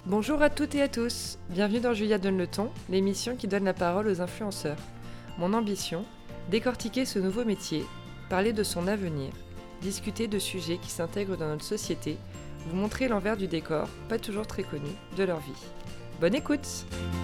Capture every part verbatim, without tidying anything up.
Bonjour à toutes et à tous, bienvenue dans Julia donne le ton, l'émission qui donne la parole aux influenceurs. Mon ambition, décortiquer ce nouveau métier, parler de son avenir, discuter de sujets qui s'intègrent dans notre société, vous montrer l'envers du décor, pas toujours très connu, de leur vie. Bonne écoute!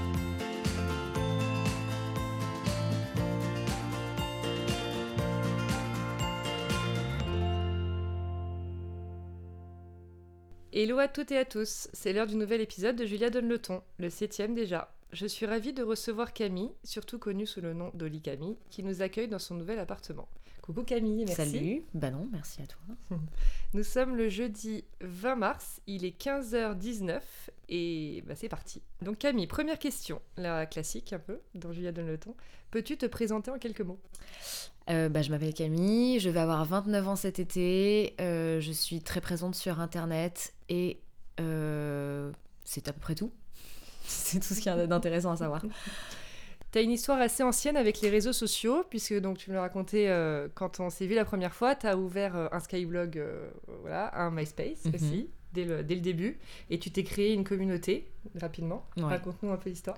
Hello à toutes et à tous, c'est l'heure du nouvel épisode de Julia donne le ton, le septième déjà. Je suis ravie de recevoir Camille, surtout connue sous le nom d'Oli Camille, qui nous accueille dans son nouvel appartement. Coucou Camille, merci. Salut, bah non, merci à toi. Nous sommes le jeudi vingt mars, il est quinze heures dix-neuf et bah c'est parti. Donc Camille, première question, la classique un peu, dans Julia donne le ton. Peux-tu te présenter en quelques mots ? Euh, bah, je m'appelle Camille, je vais avoir vingt-neuf ans cet été, euh, je suis très présente sur internet et euh, c'est à peu près tout. C'est tout ce qu'il y a d'intéressant à savoir. T'as une histoire assez ancienne avec les réseaux sociaux, puisque donc, tu me l'as raconté euh, quand on s'est vu la première fois, t'as ouvert euh, un Skyblog, euh, voilà, un MySpace mm-hmm. aussi, dès le, dès le début, et tu t'es créé une communauté, rapidement. Ouais. Raconte-nous un peu l'histoire.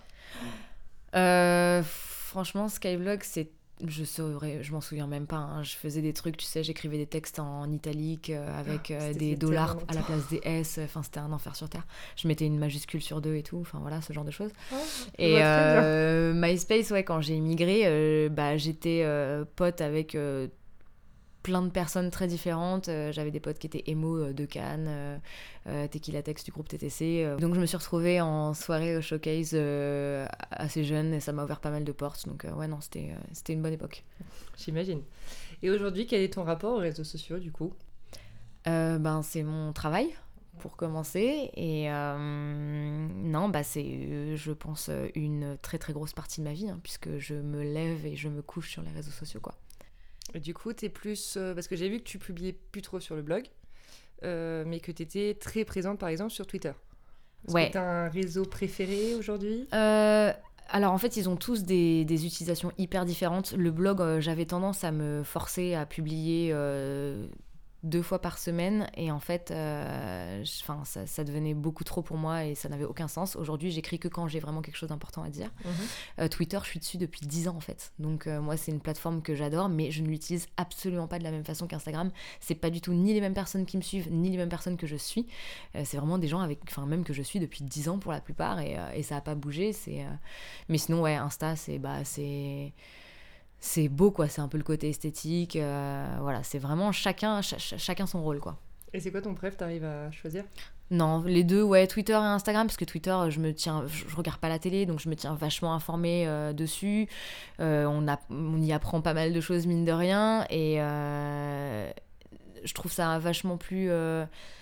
Euh, franchement, Skyblog, c'est Je saurais, je m'en souviens même pas. Hein. Je faisais des trucs, tu sais, j'écrivais des textes en italique euh, avec euh, des dollars à la place des S. Enfin, c'était un enfer sur terre. Je mettais une majuscule sur deux et tout. Enfin voilà, ce genre de choses. Oh, et euh, MySpace, ouais, quand j'ai immigré, euh, bah j'étais euh, pote avec euh, plein de personnes très différentes. Euh, j'avais des potes qui étaient emo euh, de Cannes, euh, euh, Tequila Tex du groupe T T C. Euh. Donc je me suis retrouvée en soirée au showcase euh, assez jeune et ça m'a ouvert pas mal de portes. Donc euh, ouais, non, c'était, euh, c'était une bonne époque. J'imagine. Et aujourd'hui, quel est ton rapport aux réseaux sociaux du coup ? euh, Ben, c'est mon travail pour commencer. Et euh, non, bah, c'est, euh, je pense, une très très grosse partie de ma vie, hein, puisque je me lève et je me couche sur les réseaux sociaux, quoi. Et du coup, t'es plus... Euh, parce que j'ai vu que tu publiais plus trop sur le blog, euh, mais que t'étais très présente, par exemple, sur Twitter. Est-ce ouais. que t'as un réseau préféré aujourd'hui ? euh, Alors, en fait, ils ont tous des, des utilisations hyper différentes. Le blog, euh, j'avais tendance à me forcer à publier... Euh, deux fois par semaine et en fait euh, ça, ça devenait beaucoup trop pour moi et ça n'avait aucun sens. Aujourd'hui j'écris que quand j'ai vraiment quelque chose d'important à dire. mmh. euh, Twitter, je suis dessus depuis dix ans en fait, donc euh, moi c'est une plateforme que j'adore mais je ne l'utilise absolument pas de la même façon qu'Instagram. C'est pas du tout ni les mêmes personnes qui me suivent ni les mêmes personnes que je suis. euh, c'est vraiment des gens avec, enfin même que je suis depuis dix ans pour la plupart et, euh, et ça a pas bougé. C'est, euh... mais sinon ouais, Insta c'est bah c'est c'est beau quoi, c'est un peu le côté esthétique, euh, voilà, c'est vraiment chacun, ch- ch- chacun son rôle quoi. Et c'est quoi ton préf, t'arrives à choisir ? Non, les deux, ouais, Twitter et Instagram, parce que Twitter, je me tiens, je, je regarde pas la télé, donc je me tiens vachement informée euh, dessus, euh, on, a, on y apprend pas mal de choses mine de rien, et euh, je trouve ça vachement plus... Euh,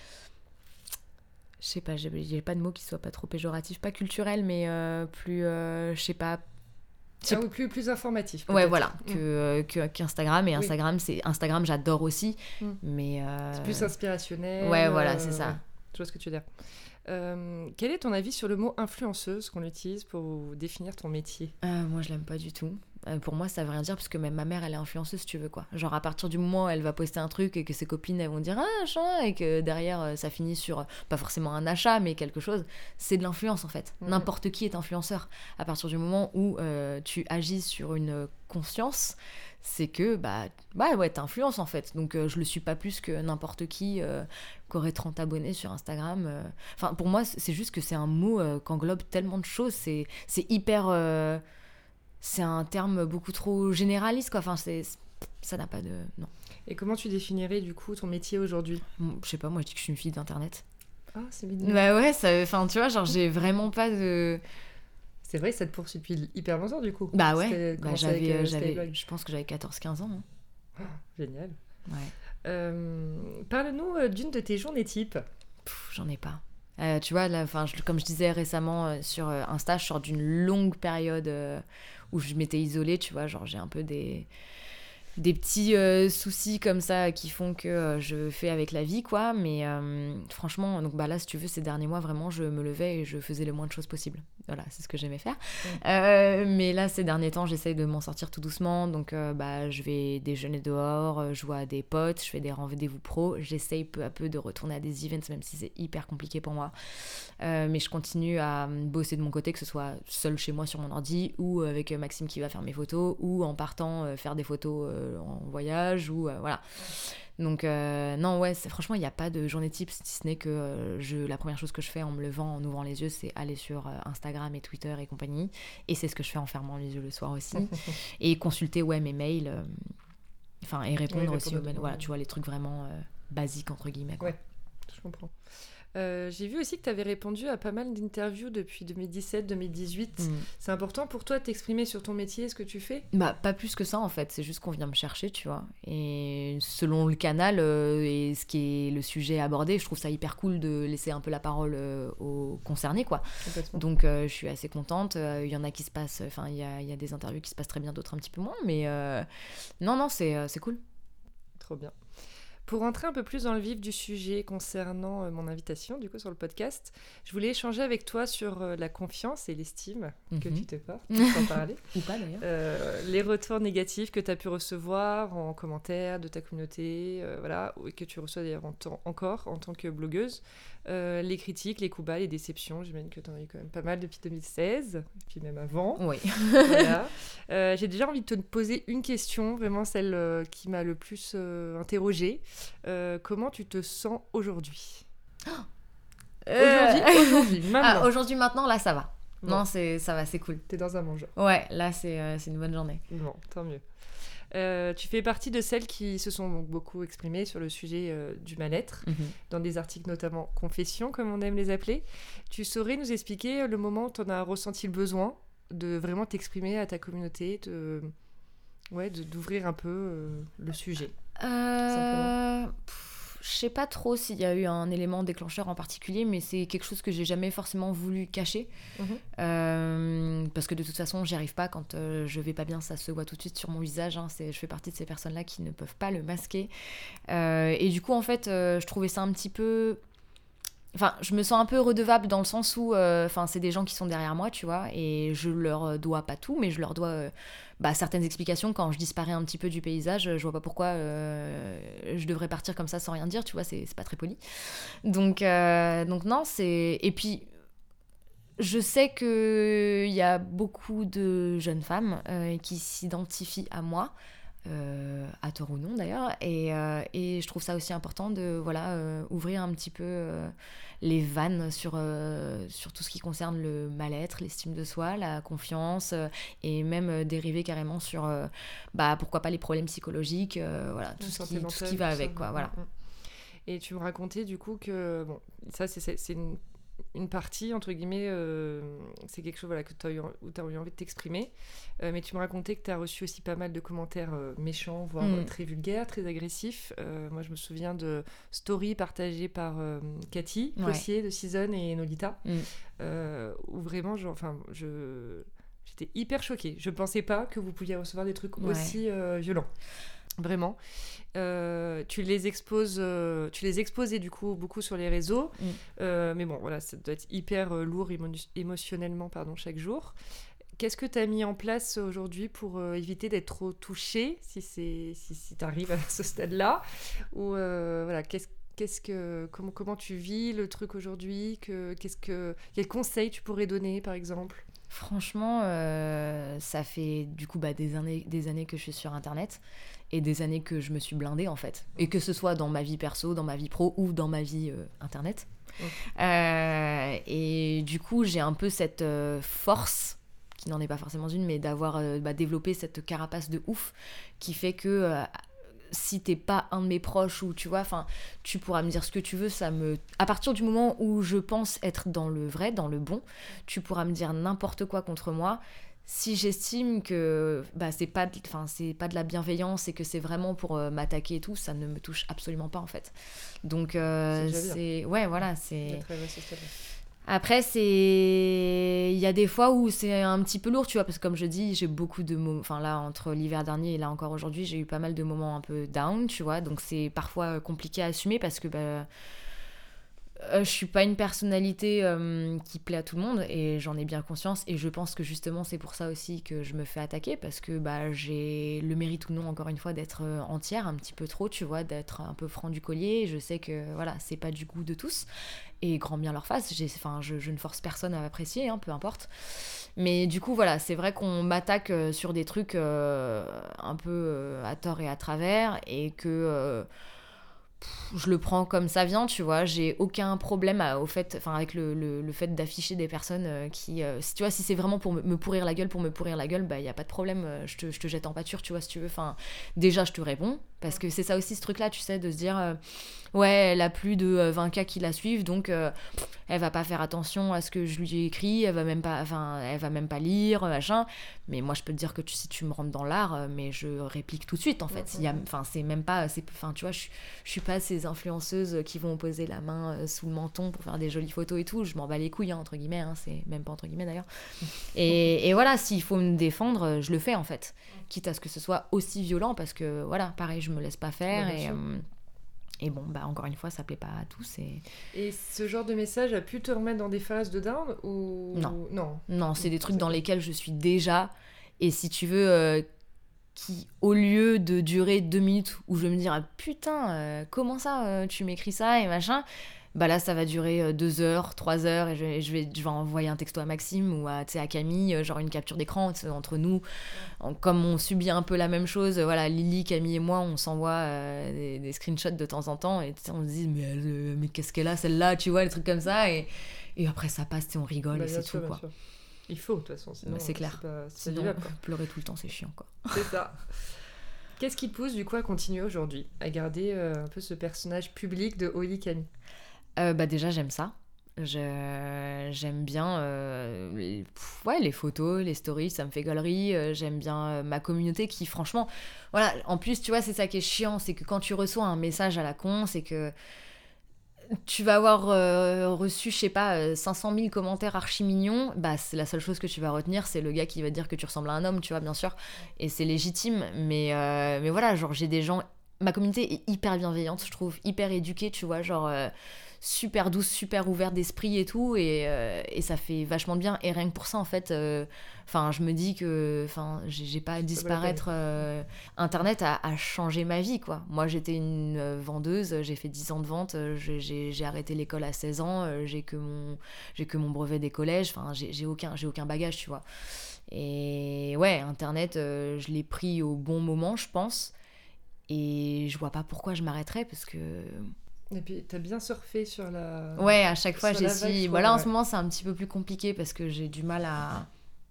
je sais pas, j'ai, j'ai pas de mots qui soient pas trop péjoratifs, pas culturels, mais euh, plus, euh, je sais pas... Ah oui, plus, plus informatif. Peut-être. Ouais, voilà, que, mmh. euh, que, qu'Instagram. Et Instagram, oui. c'est, Instagram, j'adore aussi. Mmh. Mais euh... c'est plus inspirationnel. Ouais, voilà, euh, c'est ça. Ouais. Je vois ce que tu veux dire. Euh, quel est ton avis sur le mot influenceuse qu'on utilise pour définir ton métier ? euh, Moi, je l'aime pas du tout. Euh, pour moi, ça veut rien dire parce que même ma mère, elle est influenceuse, si tu veux, quoi. Genre, à partir du moment où elle va poster un truc et que ses copines, elles vont dire « Ah, achat !» et que derrière, euh, ça finit sur, euh, pas forcément un achat, mais quelque chose, c'est de l'influence, en fait. Mmh. N'importe qui est influenceur. À partir du moment où euh, tu agis sur une conscience, c'est que, bah, bah ouais, t'influences, en fait. Donc, euh, je le suis pas plus que n'importe qui euh, qui aurait trente abonnés sur Instagram. Enfin, euh... pour moi, c'est juste que c'est un mot euh, qu'englobe tellement de choses. C'est, c'est hyper... Euh... C'est un terme beaucoup trop généraliste, quoi. Enfin, c'est, ça n'a pas de... Non. Et comment tu définirais, du coup, ton métier aujourd'hui ? Je sais pas, moi, je dis que je suis une fille d'Internet. Ah, c'est mignon. Bah ouais, ça... Enfin, tu vois, genre, j'ai vraiment pas de... C'est vrai, ça te poursuit depuis hyper longtemps, du coup. Bah ouais, bah, j'avais, avec, euh, j'avais... je pense que j'avais quatorze quinze ans. Hein. Oh, génial. Ouais. Euh, parle-nous d'une de tes journées type. Pff, j'en ai pas. Euh, tu vois, là, je, comme je disais récemment euh, sur euh, Insta, je sors d'une longue période... Euh, où je m'étais isolée, tu vois, genre j'ai un peu des... des petits euh, soucis comme ça qui font que euh, je fais avec la vie, quoi. Mais euh, franchement, donc bah là, si tu veux, ces derniers mois, vraiment, je me levais et je faisais le moins de choses possible. Voilà, c'est ce que j'aimais faire. Mmh. Euh, mais là, ces derniers temps, j'essaye de m'en sortir tout doucement. Donc, euh, bah, je vais déjeuner dehors, je vois des potes, je fais des rendez-vous pro. J'essaye peu à peu de retourner à des events, même si c'est hyper compliqué pour moi. Euh, mais je continue à bosser de mon côté, que ce soit seul chez moi sur mon ordi ou avec Maxime qui va faire mes photos ou en partant euh, faire des photos euh, en voyage ou euh, voilà. Donc euh, non ouais, c'est, franchement il n'y a pas de journée type, si ce n'est que euh, je, la première chose que je fais en me levant, en ouvrant les yeux, c'est aller sur euh, Instagram et Twitter et compagnie, et c'est ce que je fais en fermant les yeux le soir aussi et consulter ouais mes mails, euh, enfin et répondre oui, aussi aux mails, voilà, tu vois, les trucs vraiment euh, basiques entre guillemets, quoi. Ouais, je comprends. Euh, j'ai vu aussi que tu avais répondu à pas mal d'interviews depuis deux mille dix-sept deux mille dix-huit. Mmh. C'est important pour toi de t'exprimer sur ton métier, ce que tu fais ? Bah, pas plus que ça, en fait. C'est juste qu'on vient me chercher, tu vois. Et selon le canal euh, et ce qui est le sujet abordé, je trouve ça hyper cool de laisser un peu la parole euh, aux concernés, quoi. Donc, euh, je suis assez contente. Il euh, y en a qui se passent... Enfin, il y a, y a des interviews qui se passent très bien, d'autres un petit peu moins. Mais euh, non, non, c'est, euh, c'est cool. Trop bien. Pour rentrer un peu plus dans le vif du sujet concernant euh, mon invitation, du coup, sur le podcast, je voulais échanger avec toi sur euh, la confiance et l'estime mm-hmm. que tu te portes, sans parler. Ou pas, d'ailleurs. Euh, les retours négatifs que tu as pu recevoir en commentaire de ta communauté, euh, voilà, et que tu reçois d'ailleurs en temps, encore en tant que blogueuse. Euh, les critiques, les coups bas, les déceptions, j'imagine que tu en as eu quand même pas mal depuis deux mille seize, puis même avant. Oui. Voilà. Euh, j'ai déjà envie de te poser une question, vraiment celle euh, qui m'a le plus euh, interrogée. Euh, comment tu te sens aujourd'hui ? oh euh... Aujourd'hui, aujourd'hui, maintenant. Ah, aujourd'hui, maintenant, là, ça va. Bon. Non, c'est, ça va, c'est cool. T'es dans un bon jour. Ouais, là, c'est, euh, c'est une bonne journée. Bon, tant mieux. Euh, tu fais partie de celles qui se sont donc beaucoup exprimées sur le sujet euh, du mal-être, mm-hmm. dans des articles notamment Confessions, comme on aime les appeler. Tu saurais nous expliquer le moment où tu en as ressenti le besoin de vraiment t'exprimer à ta communauté, de... Ouais, de, d'ouvrir un peu euh, le sujet. Euh... Je sais pas trop s'il y a eu un élément déclencheur en particulier, mais c'est quelque chose que j'ai jamais forcément voulu cacher. Mmh. Euh, parce que de toute façon, j'y arrive pas. Quand euh, je vais pas bien, ça se voit tout de suite sur mon visage. Hein. C'est, je fais partie de ces personnes-là qui ne peuvent pas le masquer. Euh, et du coup, en fait, euh, je trouvais ça un petit peu... Enfin, je me sens un peu redevable dans le sens où euh, c'est des gens qui sont derrière moi, tu vois, et je leur dois pas tout, mais je leur dois euh, bah, certaines explications. Quand je disparais un petit peu du paysage, je vois pas pourquoi euh, je devrais partir comme ça sans rien dire, tu vois, c'est, c'est pas très poli. Donc, euh, donc non, c'est... Et puis, je sais qu'il y a beaucoup de jeunes femmes euh, qui s'identifient à moi, Euh, à tort ou non d'ailleurs, et, euh, et je trouve ça aussi important de voilà, euh, ouvrir un petit peu euh, les vannes sur, euh, sur tout ce qui concerne le mal-être, l'estime de soi, la confiance, euh, et même euh, dériver carrément sur euh, bah, pourquoi pas les problèmes psychologiques, euh, voilà, tout ce, qui, tout ce qui va avec, quoi, voilà. Et tu me racontais du coup que bon, ça c'est, c'est, c'est une une partie, entre guillemets, euh, c'est quelque chose voilà, que tu as eu, où tu as eu envie de t'exprimer. Euh, mais tu me racontais que tu as reçu aussi pas mal de commentaires euh, méchants, voire mm. euh, très vulgaires, très agressifs. Euh, moi, je me souviens de stories partagées par euh, Cathy, ouais. Cossier de Season et Nolita, mm. euh, où vraiment, genre, enfin, je... j'étais hyper choquée. Je ne pensais pas que vous pouviez recevoir des trucs ouais. aussi euh, violents. Vraiment. Euh, tu les exposes, euh, tu les exposais du coup beaucoup sur les réseaux, mm. euh, mais bon voilà, ça doit être hyper euh, lourd émo- émotionnellement pardon chaque jour. Qu'est-ce que tu as mis en place aujourd'hui pour euh, éviter d'être trop touchée, si c'est si, si tu arrives à ce stade-là, ou euh, voilà, qu'est-ce Qu'est-ce que, comment, comment tu vis le truc aujourd'hui, que, qu'est-ce que, quels conseils tu pourrais donner par exemple ? Franchement, euh, ça fait du coup bah, des années, des années que je suis sur Internet et des années que je me suis blindée en fait. Et que ce soit dans ma vie perso, dans ma vie pro ou dans ma vie euh, Internet. Okay. Euh, et du coup, j'ai un peu cette euh, force, qui n'en est pas forcément une, mais d'avoir euh, bah, développé cette carapace de ouf qui fait que... Euh, si t'es pas un de mes proches ou tu vois, enfin, tu pourras me dire ce que tu veux, ça me... À partir du moment où je pense être dans le vrai, dans le bon, tu pourras me dire n'importe quoi contre moi. Si j'estime que bah, c'est pas de, enfin, c'est pas de la bienveillance et que c'est vraiment pour euh, m'attaquer et tout, ça ne me touche absolument pas en fait. Donc, euh, c'est... c'est... Ouais, voilà, c'est... Après, c'est... Il y a des fois où c'est un petit peu lourd, tu vois, parce que comme je dis, j'ai beaucoup de moments... Enfin là, entre l'hiver dernier et là encore aujourd'hui, j'ai eu pas mal de moments un peu down, tu vois, donc c'est parfois compliqué à assumer parce que... Bah, Euh, je suis pas une personnalité euh, qui plaît à tout le monde et j'en ai bien conscience et je pense que justement c'est pour ça aussi que je me fais attaquer parce que bah, j'ai le mérite ou non encore une fois d'être euh, entière un petit peu trop, tu vois, d'être un peu franc du collier. Je sais que voilà, c'est pas du goût de tous et grand bien leur face, j'ai, enfin, je, je ne force personne à apprécier, hein, peu importe, mais du coup voilà, c'est vrai qu'on m'attaque euh, sur des trucs euh, un peu euh, à tort et à travers et que euh, je le prends comme ça vient, tu vois, j'ai aucun problème à- au fait, enfin avec le, le, le fait d'afficher des personnes euh, qui, euh, si tu vois, si c'est vraiment pour me, me pourrir la gueule, pour me pourrir la gueule, bah y a pas de problème, euh, je te, je te jette en pâture, tu vois, si tu veux, enfin, déjà je te réponds, parce que c'est ça aussi ce truc-là, tu sais, de se dire, euh, ouais, elle a plus de euh, vingt K qui la suivent, donc euh, elle va pas faire attention à ce que je lui ai écrit, elle va même pas, enfin, elle va même pas lire, machin, mais moi je peux te dire que tu, si tu me rentres dans l'art, euh, mais je réplique tout de suite, en fait, il y a, enfin, c'est même pas, c'est, enfin, tu vois, je, je suis pas ces influenceuses qui vont poser la main euh, sous le menton pour faire des jolies photos et tout, je m'en bats les couilles, hein, entre guillemets, hein, c'est même pas entre guillemets d'ailleurs, et, et voilà, s'il faut me défendre, je le fais en fait, quitte à ce que ce soit aussi violent, parce que voilà, pareil, je me laisse pas faire, Ouais, et, euh, et bon, bah encore une fois, ça plaît pas à tous, et... Et ce genre de message a pu te remettre dans des phases de down ou... Non. Non, Non, c'est des trucs c'est dans pas- lesquels je suis déjà, et si tu veux... euh, qui, au lieu de durer deux minutes où je vais me dire ah, putain, euh, comment ça, euh, tu m'écris ça et machin, bah là ça va durer euh, deux heures, trois heures et je, vais- je, vais, je vais envoyer un texto à Maxime ou à, tu sais, à Camille, euh, genre une capture d'écran tu sais, entre nous. En- comme on subit un peu la même chose, euh, voilà, Lily, Camille et moi, on s'envoie euh, des, des screenshots de temps en temps et tu sais, on se dit mais, elle, euh, mais qu'est-ce qu'elle a celle-là, tu vois, les trucs comme ça et, et après ça passe, tu sais, on rigole Bah, et bien c'est sûr, tout bien quoi. sûr. Il faut, de toute façon, sinon Bah, c'est clair. c'est pas, c'est pas Sinon, vivable, quoi. pleurer tout le temps, c'est chiant quoi. C'est ça. Qu'est-ce qui te pousse du coup à continuer aujourd'hui, à garder euh, un peu ce personnage public de Oli Camille? Euh, bah déjà j'aime ça. Je- J'aime bien euh, les, pff, ouais, les photos, les stories, ça me fait galerie. Euh, j'aime bien euh, ma communauté qui franchement... Voilà, en plus tu vois c'est ça qui est chiant, c'est que quand tu reçois un message à la con, c'est que tu vas avoir euh, reçu, je sais pas, euh, cinq cent mille commentaires archi mignons, bah c'est la seule chose que tu vas retenir, c'est le gars qui va te dire que tu ressembles à un homme, tu vois, bien sûr, et c'est légitime, mais, euh, mais voilà, genre j'ai des gens, ma communauté est hyper bienveillante, je trouve, hyper éduquée, tu vois, genre euh, super douce, super ouverte d'esprit et tout, et, euh, et ça fait vachement de bien, et rien que pour ça, en fait, enfin, je me dis que, enfin, j'ai j'ai pas à disparaître, euh, Internet a, a changé ma vie, quoi. Moi, j'étais une euh, vendeuse, j'ai fait dix ans de vente, euh, j'ai- j'ai j'ai arrêté l'école à seize ans, euh, j'ai que mon, j'ai que mon brevet des collèges, enfin, j'ai j'ai aucun, j'ai aucun bagage, tu vois. Et ouais, Internet, euh, je l'ai pris au bon moment, je pense, et je vois pas pourquoi je m'arrêterais, parce que... Et puis t'as bien surfé sur la... Ouais, à chaque fois, sur la j'essaie... vague, je Bon, là, crois, en ouais. ce moment, c'est un petit peu plus compliqué, parce que j'ai du mal à...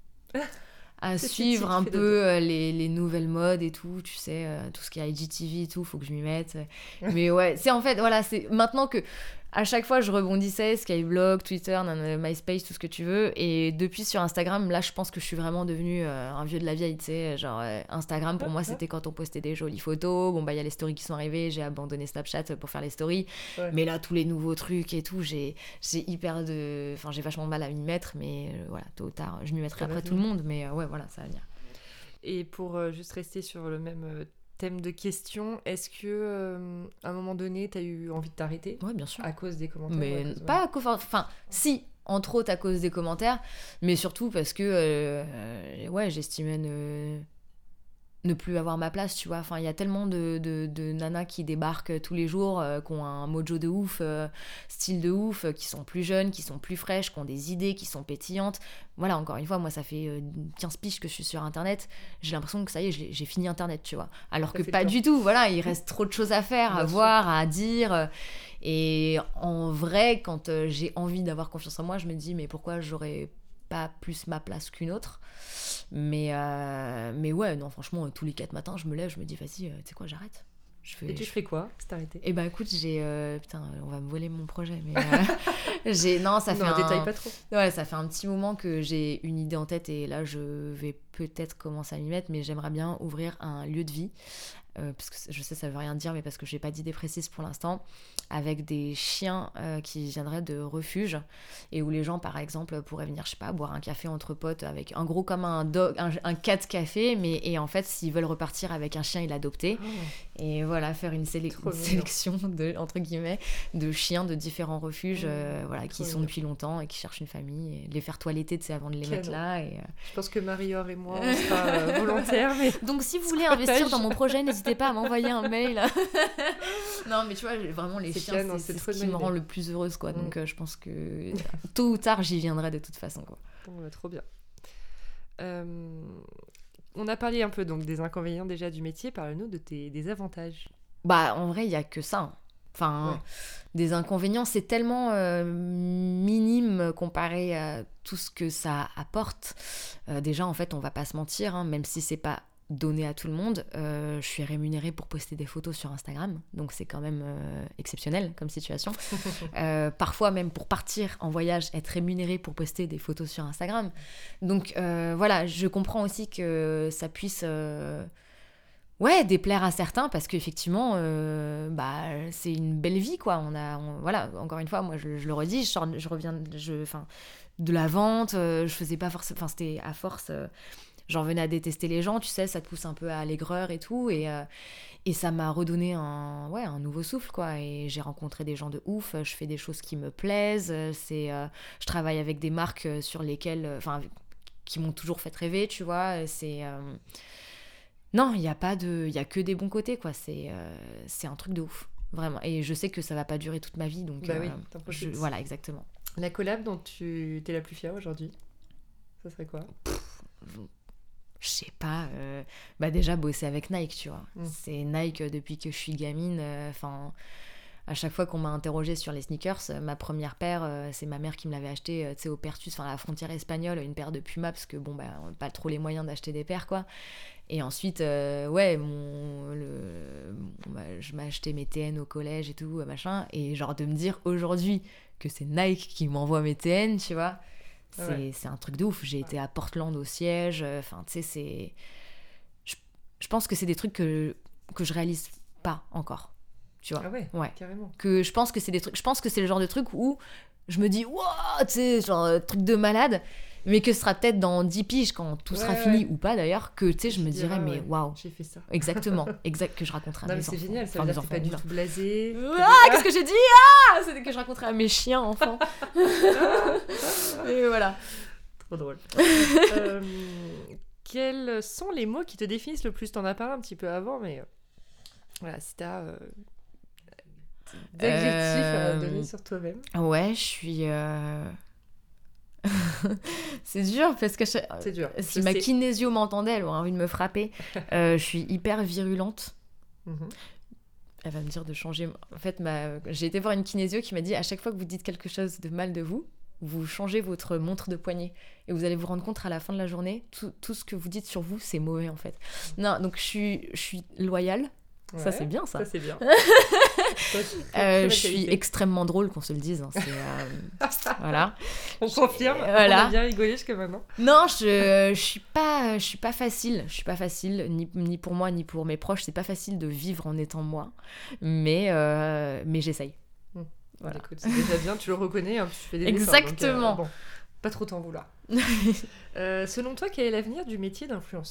à C'est suivre Titi qui un fait peu dodo. euh, les, les nouvelles modes et tout, tu sais, euh, tout ce qui est I G T V et tout, faut que je m'y mette. Mais ouais, c'est en fait, voilà, c'est maintenant que à chaque fois je rebondissais, Skyblog, Twitter, nan- MySpace, tout ce que tu veux, et depuis sur Instagram, là je pense que je suis vraiment devenue euh, un vieux de la vieille, tu sais, genre euh, Instagram pour moi c'était quand on postait des jolies photos, bon bah il y a les stories qui sont arrivées, j'ai abandonné Snapchat pour faire les stories, Ouais. mais là tous les nouveaux trucs et tout, j'ai, j'ai hyper de... Enfin j'ai vachement de mal à m'y mettre, mais euh, voilà, tôt ou tard, je m'y mettrai Ça va après tout le venir. monde, mais euh, ouais voilà, ça va venir. Et pour euh, juste rester sur le même euh, thème de question, est-ce que euh, à un moment donné, t'as eu envie de t'arrêter Ouais, bien sûr. à cause des commentaires ou à Mais cause- ouais. pas à cause... Enfin, si, entre autres à cause des commentaires, mais surtout parce que, euh, euh, ouais, j'estimais ne... ne plus avoir ma place, tu vois. Enfin, il y a tellement de, de, de nanas qui débarquent tous les jours, euh, qui ont un mojo de ouf, euh, style de ouf, euh, qui sont plus jeunes, qui sont plus fraîches, qui ont des idées, qui sont pétillantes. Voilà, encore une fois, moi, ça fait euh, quinze piges que je suis sur Internet. J'ai l'impression que ça y est, j'ai, j'ai fini Internet, tu vois. Alors T'as que fait le pas tour. du tout, voilà, il reste trop de choses à faire, à Bien sûr. voir, à dire. euh, Et en vrai, quand euh, j'ai envie d'avoir confiance en moi, je me dis, mais pourquoi j'aurais pas plus ma place qu'une autre? Mais, euh, mais ouais, non, franchement, tous les quatre matins, je me lève, je me dis, vas-y, euh, tu sais quoi, j'arrête. Je fais, Et tu je- ferais quoi si t'arrêtais? Eh ben écoute, j'ai... euh, Putain, on va me voler mon projet, mais... euh, j'ai... Non, ça fait Non, détaille un... pas trop. Ouais, ça fait un petit moment que j'ai une idée en tête et là, je vais peut-être commencer à m'y mettre, mais j'aimerais bien ouvrir un lieu de vie euh, parce que je sais ça veut rien dire, mais parce que j'ai pas d'idée précise pour l'instant, avec des chiens euh, qui viendraient de refuges et où les gens par exemple pourraient venir, je sais pas, boire un café entre potes avec un gros comme un dog, un, un cat café, mais et en fait s'ils veulent repartir avec un chien il adopté oh. et voilà faire une, sélec- une sélection de entre guillemets de chiens de différents refuges mmh, euh, voilà qui sont bien. Depuis longtemps et qui cherchent une famille et les faire toiletter tu sais avant de les Quel mettre nom. Là et, euh... je pense que Marie-Aure et moi on sera euh, volontaires mais donc si vous voulez investir dans mon projet n'hésitez pas à m'envoyer un mail. Non mais tu vois vraiment les c'est chiens bien, non, c'est, c'est c'est ce qui me rend le plus heureuse quoi. Mm. Donc euh, je pense que tôt ou tard j'y viendrai de toute façon quoi. Bon, bah, trop bien. Euh, on a parlé un peu donc des inconvénients déjà du métier, parle-nous de tes des avantages. Bah en vrai il y a que ça. Enfin, ouais. Des inconvénients, c'est tellement euh, minime comparé à tout ce que ça apporte. Euh, déjà, en fait, on va pas se mentir, hein, même si c'est pas donné à tout le monde, euh, je suis rémunérée pour poster des photos sur Instagram, donc c'est quand même euh, exceptionnel comme situation. euh, parfois, même pour partir en voyage, être rémunérée pour poster des photos sur Instagram. Donc euh, voilà, je comprends aussi que ça puisse... Euh, Ouais, déplaire à certains parce qu'effectivement, euh, bah, c'est une belle vie, quoi. On a, on, voilà, encore une fois, moi, je, je le redis, je, sors, je reviens je, enfin, de la vente, euh, je faisais pas forcément... Enfin, c'était à force... Euh, j'en venais à détester les gens, tu sais, ça te pousse un peu à l'aigreur et tout. Et, euh, et ça m'a redonné un, ouais, un nouveau souffle, quoi. Et j'ai rencontré des gens de ouf, je fais des choses qui me plaisent. C'est, euh, je travaille avec des marques sur lesquelles... Enfin, qui m'ont toujours fait rêver, tu vois. C'est... Euh, Non, il n'y a pas de... Il y a que des bons côtés, quoi. C'est, euh, c'est un truc de ouf, vraiment. Et je sais que ça va pas durer toute ma vie, donc... Bah euh, oui, je... Voilà, exactement. La collab dont tu es la plus fière aujourd'hui, ça serait quoi ? Je sais pas. Euh... Bah déjà, bosser avec Nike, tu vois. Mm. C'est Nike depuis que je suis gamine. Enfin... Euh, à chaque fois qu'on m'a interrogée sur les sneakers, euh, ma première paire, euh, c'est ma mère qui me l'avait achetée, euh, tu sais, au Pertus, enfin à la frontière espagnole, une paire de Puma, parce que bon, bah, on n'a pas trop les moyens d'acheter des paires, quoi. Et ensuite, euh, ouais, mon, le, bon, bah, je m'achetais mes T N au collège et tout, machin, et genre de me dire aujourd'hui que c'est Nike qui m'envoie mes T N, tu vois, c'est, ouais. c'est un truc de ouf. J'ai été à Portland au siège, enfin, tu sais, c'est... Je, je pense que c'est des trucs que, que je réalise pas encore. Tu vois, ah ouais, ouais, carrément. Que je pense que c'est des trucs, je pense que c'est le genre de truc où je me dis waouh, tu sais, genre truc de malade, mais que ce sera peut-être dans dix piges quand tout ouais, sera ouais. fini ou pas d'ailleurs, que tu sais, je, je me dirais mais waouh, j'ai fait ça. Exactement, exact que je raconterai à non, mes mais enfants. c'est génial, ça veut dire que t'es pas du tout blasé. Ah, qu'est-ce que j'ai dit ah, c'est que je raconterai à mes chiens enfants. Et voilà. Trop drôle. euh, quels sont les mots qui te définissent le plus ? T'en as parlé un petit peu avant, mais voilà, si t'as euh... d'adjectifs euh... à donner sur toi-même. Ouais, je suis... Euh... c'est dur, parce que je... c'est dur, si je ma sais. kinésio m'entendait, elle aurait envie de me frapper. euh, je suis hyper virulente. Mm-hmm. Elle va me dire de changer... En fait, ma... j'ai été voir une kinésio qui m'a dit, à chaque fois que vous dites quelque chose de mal de vous, vous changez votre montre de poignet et vous allez vous rendre compte à la fin de la journée, tout, tout ce que vous dites sur vous, c'est mauvais, en fait. Non, donc je suis, je suis loyale. Ouais, ça c'est bien ça. Ça c'est bien. euh, je suis extrêmement drôle qu'on se le dise. Hein. C'est, euh... voilà. On confirme. Voilà. On a bien rigolé jusqu'à maintenant. Non, je je suis pas je suis pas facile. Je suis pas facile ni ni pour moi ni pour mes proches. C'est pas facile de vivre en étant moi. Mais euh... mais j'essaye. Mmh. Voilà. Écoute, c'est déjà bien. Tu le reconnais. Hein, tu fais des exactement. Donc, euh, bon, pas trop t'en vouloir. euh, selon toi, quel est l'avenir du métier d'influenceuse ?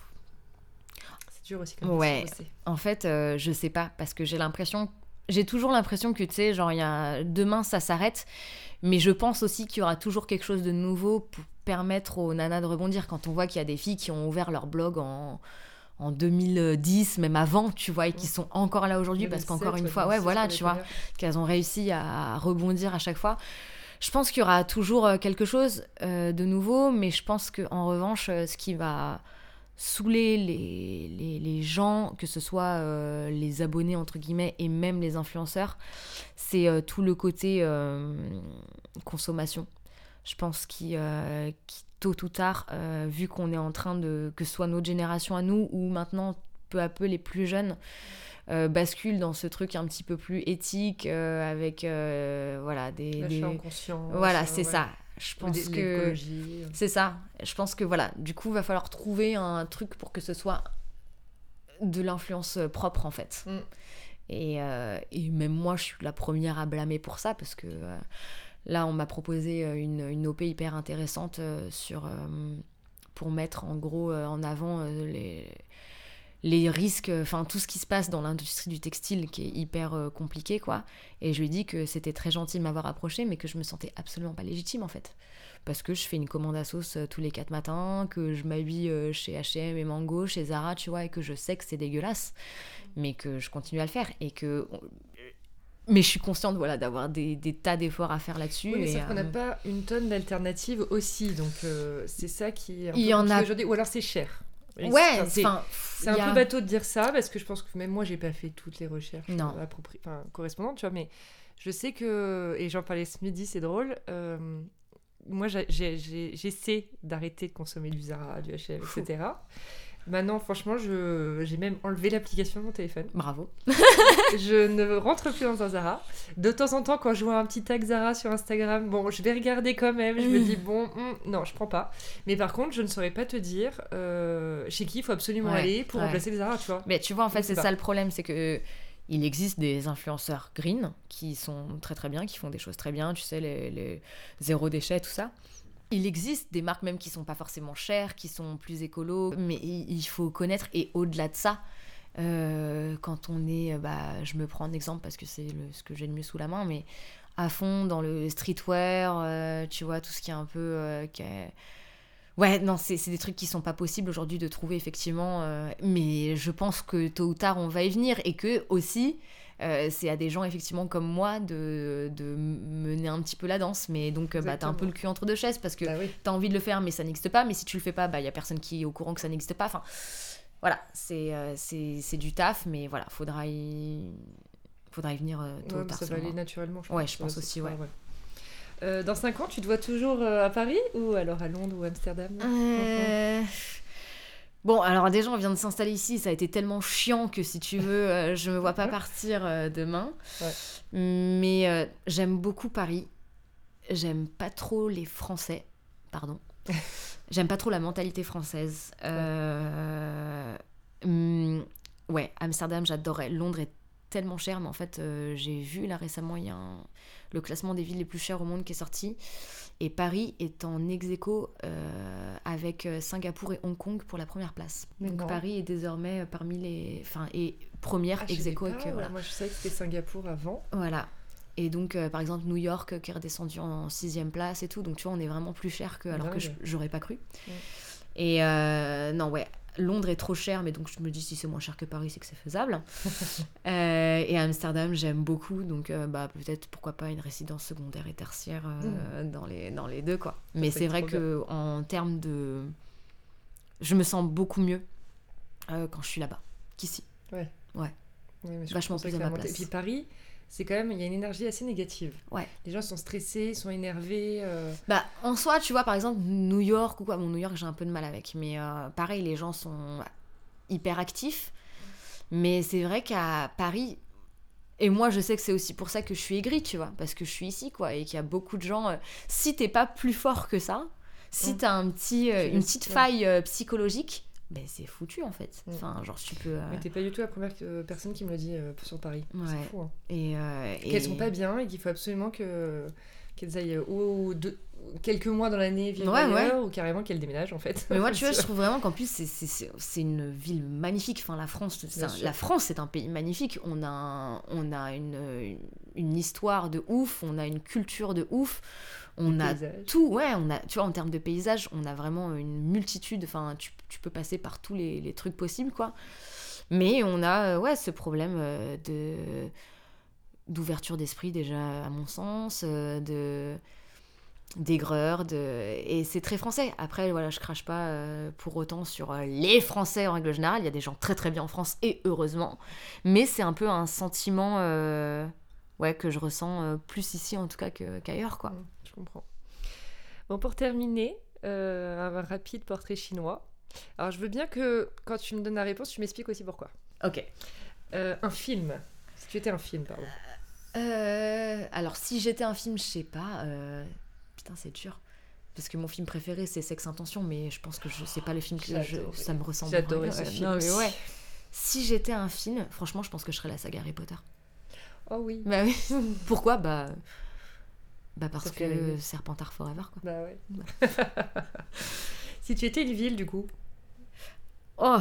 Aussi comme ouais, en fait, euh, je sais pas, parce que j'ai l'impression, j'ai toujours l'impression que, tu sais, genre, y a... demain, ça s'arrête, mais je pense aussi qu'il y aura toujours quelque chose de nouveau pour permettre aux nanas de rebondir. Quand on voit qu'il y a des filles qui ont ouvert leur blog en, en deux mille dix, même avant, tu vois, et qui sont encore là aujourd'hui, parce qu'encore une fois, ouais, voilà, tu vois, qu'elles ont réussi à rebondir à chaque fois. Je pense qu'il y aura toujours quelque chose euh, de nouveau, mais je pense qu'en revanche, ce qui va... saouler les, les, les gens, que ce soit euh, les abonnés entre guillemets et même les influenceurs, c'est euh, tout le côté euh, consommation. Je pense qu'il euh, qu tôt ou tard, euh, vu qu'on est en train de, que ce soit notre génération à nous ou maintenant peu à peu les plus jeunes euh, basculent dans ce truc un petit peu plus éthique euh, avec euh, voilà des, l'achat des... en conscience. Voilà, c'est ouais. ça. Je pense des, que c'est ça. Je pense que voilà, du coup, il va falloir trouver un truc pour que ce soit de l'influence propre en fait. Mm. Et, euh, et même moi, je suis la première à blâmer pour ça parce que euh, là, on m'a proposé une, une O P hyper intéressante euh, sur, euh, pour mettre en gros euh, en avant euh, les, les risques, enfin tout ce qui se passe dans l'industrie du textile qui est hyper euh, compliqué, quoi. Et je lui ai dit que c'était très gentil de m'avoir approché, mais que je me sentais absolument pas légitime en fait. Parce que je fais une commande à sauce euh, tous les quatre matins, que je m'habille euh, chez H et M et Mango, chez Zara, tu vois, et que je sais que c'est dégueulasse, mais que je continue à le faire. Et que... Mais je suis consciente, voilà, d'avoir des, des tas d'efforts à faire là-dessus. Oui, mais et, sauf qu'on n'a euh, pas une tonne d'alternatives aussi, donc euh, c'est ça qui est un Il peu y en compliqué a- aujourd'hui. Ou alors c'est cher. Et Ouais, c'est- c'est enfin... c'est un il y a- peu bateau de dire ça, parce que je pense que même moi, j'ai pas fait toutes les recherches Non. euh, appropri- enfin, correspondantes, tu vois, mais je sais que, et j'en parlais ce midi, c'est drôle, euh, moi, j'ai- j'ai- j'ai- j'essaie d'arrêter de consommer du Zara, du H et M, et cetera. Maintenant, franchement, je, j'ai même enlevé l'application de mon téléphone. Bravo. Je ne rentre plus dans un Zara. De temps en temps, quand je vois un petit tag Zara sur Instagram, bon, je vais regarder quand même. Je me dis, bon, hum, non, je prends pas. Mais par contre, je ne saurais pas te dire euh, chez qui il faut absolument Ouais, aller pour ouais. remplacer le Zara, tu vois. Mais tu vois, en fait, Je sais c'est pas. ça le problème, c'est que il existe des influenceurs green qui sont très très bien, qui font des choses très bien, tu sais, les, les zéro déchet, tout ça. Il existe des marques même qui sont pas forcément chères, qui sont plus écolo, mais il il faut connaître, et au-delà de ça, euh, quand on est, euh, bah, je me prends un exemple parce que c'est le, ce que j'ai le mieux sous la main, mais à fond dans le streetwear, euh, tu vois, tout ce qui est un peu... euh, qui est- Ouais, non, c'est c'est des trucs qui sont pas possibles aujourd'hui de trouver, effectivement, euh, mais je pense que tôt ou tard, on va y venir, et que aussi, euh, c'est à des gens, effectivement, comme moi, de, de mener un petit peu la danse, mais donc, euh, bah, t'as un peu Exactement. le cul entre deux chaises, parce que Bah oui. t'as envie de le faire, mais ça n'existe pas, mais si tu le fais pas, bah, y a personne qui est au courant que ça n'existe pas, enfin, voilà, c'est euh, c'est c'est du taf, mais voilà, faudra y, faudra y venir euh, tôt Ouais, ou mais tard, ça va selon aller moi. naturellement, je Ouais, pense. je pense Ça, aussi, ça ouais. sera, Euh, dans cinq ans, tu te vois toujours euh, à Paris ou alors à Londres ou Amsterdam? Euh, Bon, alors déjà, on vient de s'installer ici, ça a été tellement chiant que si tu veux, euh, je me vois pas partir euh, demain. Ouais. Mais euh, j'aime beaucoup Paris. J'aime pas trop les Français. Pardon. J'aime pas trop la mentalité française. Euh, hum, ouais, Amsterdam, j'adorerais. Londres est tellement cher, mais en fait, euh, j'ai vu là récemment, il y a un- le classement des villes les plus chères au monde qui est sorti. Et Paris est en ex-aequo euh, avec euh, Singapour et Hong Kong pour la première place. Mais Donc non. Paris est désormais euh, parmi les... Enfin, et première Ah, je ex-aequo savais avec... pas, euh, ouais. voilà. Moi, je savais que c'était Singapour avant. Voilà. Et donc, euh, par exemple, New York euh, qui est redescendu en sixième place et tout. Donc, tu vois, on est vraiment plus cher que... Alors que Dingue. je- j'aurais pas cru. Ouais. Et euh, non, ouais. Londres est trop cher, mais donc je me dis si c'est moins cher que Paris, c'est que c'est faisable. Euh, et Amsterdam, j'aime beaucoup. Donc, euh, bah, peut-être, pourquoi pas, une résidence secondaire et tertiaire euh, dans, les, dans les deux, quoi. Mais serait c'est vrai trop que en termes de... Je me sens beaucoup mieux euh, quand je suis là-bas qu'ici. Oui, mais je Vachement pense que plus à ça ma va monter. place. Et puis Paris, c'est quand même, il y a une énergie assez négative. Ouais. Les gens sont stressés, sont énervés. euh, Bah, en soi, tu vois, par exemple, New York ou quoi. Bon, New York, j'ai un peu de mal avec. Mais euh, pareil, les gens sont hyper actifs. Mais c'est vrai qu'à Paris... Et moi, je sais que c'est aussi pour ça que je suis aigrie, tu vois. Parce que je suis ici, quoi. Et qu'il y a beaucoup de gens... euh, si t'es pas plus fort que ça, si Mm. t'as un petit, euh, Tu une laisses- petite ouais. faille euh, psychologique, ben c'est foutu, en fait. Mm. Enfin, genre, tu peux... euh, Mais t'es pas du tout la première euh, personne qui me le dit euh, sur Paris. Ouais. C'est fou, hein. Et, euh, et- Qu'elles sont pas bien et qu'il faut absolument que qu'elles aillent ou deux- quelques mois dans l'année vivre Ouais, ailleurs ou carrément qu'elles déménagent en fait. Mais moi, tu vois, je Parce que- trouve vraiment qu'en plus, c'est, c'est, c'est, c'est une ville magnifique. Enfin, la France, c'est Bien un- sûr. la France, c'est un pays magnifique. On a, un- on a une, une, une histoire de ouf, on a une culture de ouf, on Les a paysages. tout. Ouais, on a, tu vois, en termes de paysage, on a vraiment une multitude. Enfin, tu, tu peux passer par tous les, les trucs possibles, quoi. Mais on a, euh, ouais, ce problème euh, de d'ouverture d'esprit déjà, à mon sens, euh, de d'aigreur, de... et c'est très français. Après, voilà, je crache pas euh, pour autant sur euh, les Français en règle générale. Il y a des gens très très bien en France, et heureusement. Mais c'est un peu un sentiment euh, ouais, que je ressens euh, plus ici en tout cas que, qu'ailleurs, quoi. Mm, je comprends. Bon, pour terminer, euh, un rapide portrait chinois. Alors, je veux bien que quand tu me donnes la réponse, tu m'expliques aussi pourquoi. Ok. Euh, un film. Si tu étais un film, pardon. Euh, alors, si j'étais un film, je sais pas. euh, Putain, c'est dur. Parce que mon film préféré, c'est Sex Intention, mais je pense que je... c'est pas le film que je... J'adorais. ça me ressemble. J'adorais vraiment. ce Euh, film. Non, mais ouais. Si j'étais un film, franchement, je pense que je serais la saga Harry Potter. Oh oui. Bah oui. Pourquoi Bah, bah parce Ça fait que rêver. Serpentard Forever, quoi. Bah ouais. Si tu étais une ville, du coup. Oh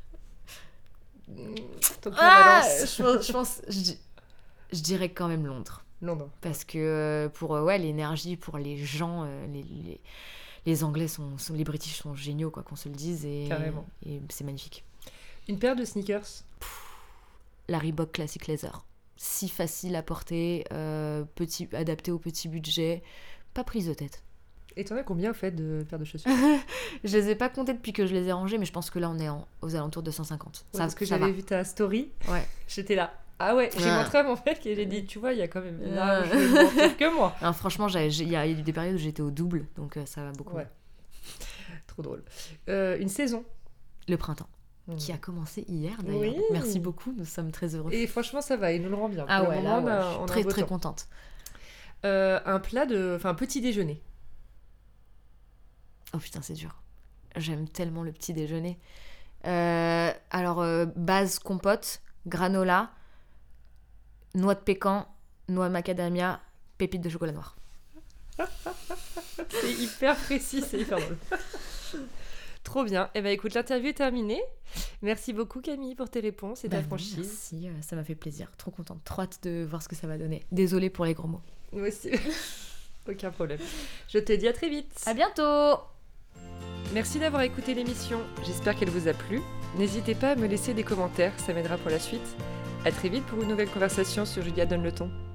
Ton cœur ah balance. je pense, je, pense je, di- je dirais quand même Londres. Londres. Parce que euh, pour euh, ouais, l'énergie, pour les gens, euh, les, les, les Anglais sont, sont... Les British sont géniaux, quoi, qu'on se le dise. Et, Carrément. et c'est magnifique. Une paire de sneakers. La Reebok Classic Leather. Si facile à porter, euh, petit, adapté au petit budget, pas prise de tête. Et t'en as combien, au fait, de paires de chaussures? Je les ai pas comptées depuis que je les ai rangées, mais je pense que là, on est en, aux alentours de cent cinquante. Ouais, ça, parce que ça j'avais va. vu ta story. Ouais. J'étais là. Ah ouais, j'ai Ah. montré à mon frère et j'ai dit, tu vois, il y a quand même Ah. largement pire que moi. Alors, franchement, j'ai- j'ai- il y a eu des périodes où j'étais au double, donc euh, ça va beaucoup. Ouais. Trop drôle. Euh, une saison. Le printemps, Mmh. qui a commencé hier d'ailleurs. Oui. Merci beaucoup, nous sommes très heureux. Et franchement, ça va, il nous le rend bien. Ah Pour le ouais, moment, là, on ouais, a- je suis on a un très beau très temps. contente. Euh, un plat de... Enfin, un petit déjeuner. Oh putain, c'est dur. J'aime tellement le petit déjeuner. Euh, alors, euh, base compote, granola, noix de pécan, noix macadamia, pépites de chocolat noir. C'est hyper précis, c'est hyper drôle. Trop bien. Eh ben écoute, l'interview est terminée. Merci beaucoup Camille pour tes réponses et ta Bah non, franchise. merci, euh, ça m'a fait plaisir. Trop contente, trop hâte de voir ce que ça va donner. Désolée pour les gros mots. Moi aussi. Aucun problème. Je te dis à très vite. À bientôt. Merci d'avoir écouté l'émission. J'espère qu'elle vous a plu. N'hésitez pas à me laisser des commentaires, ça m'aidera pour la suite. À très vite pour une nouvelle conversation sur Julia donne le ton.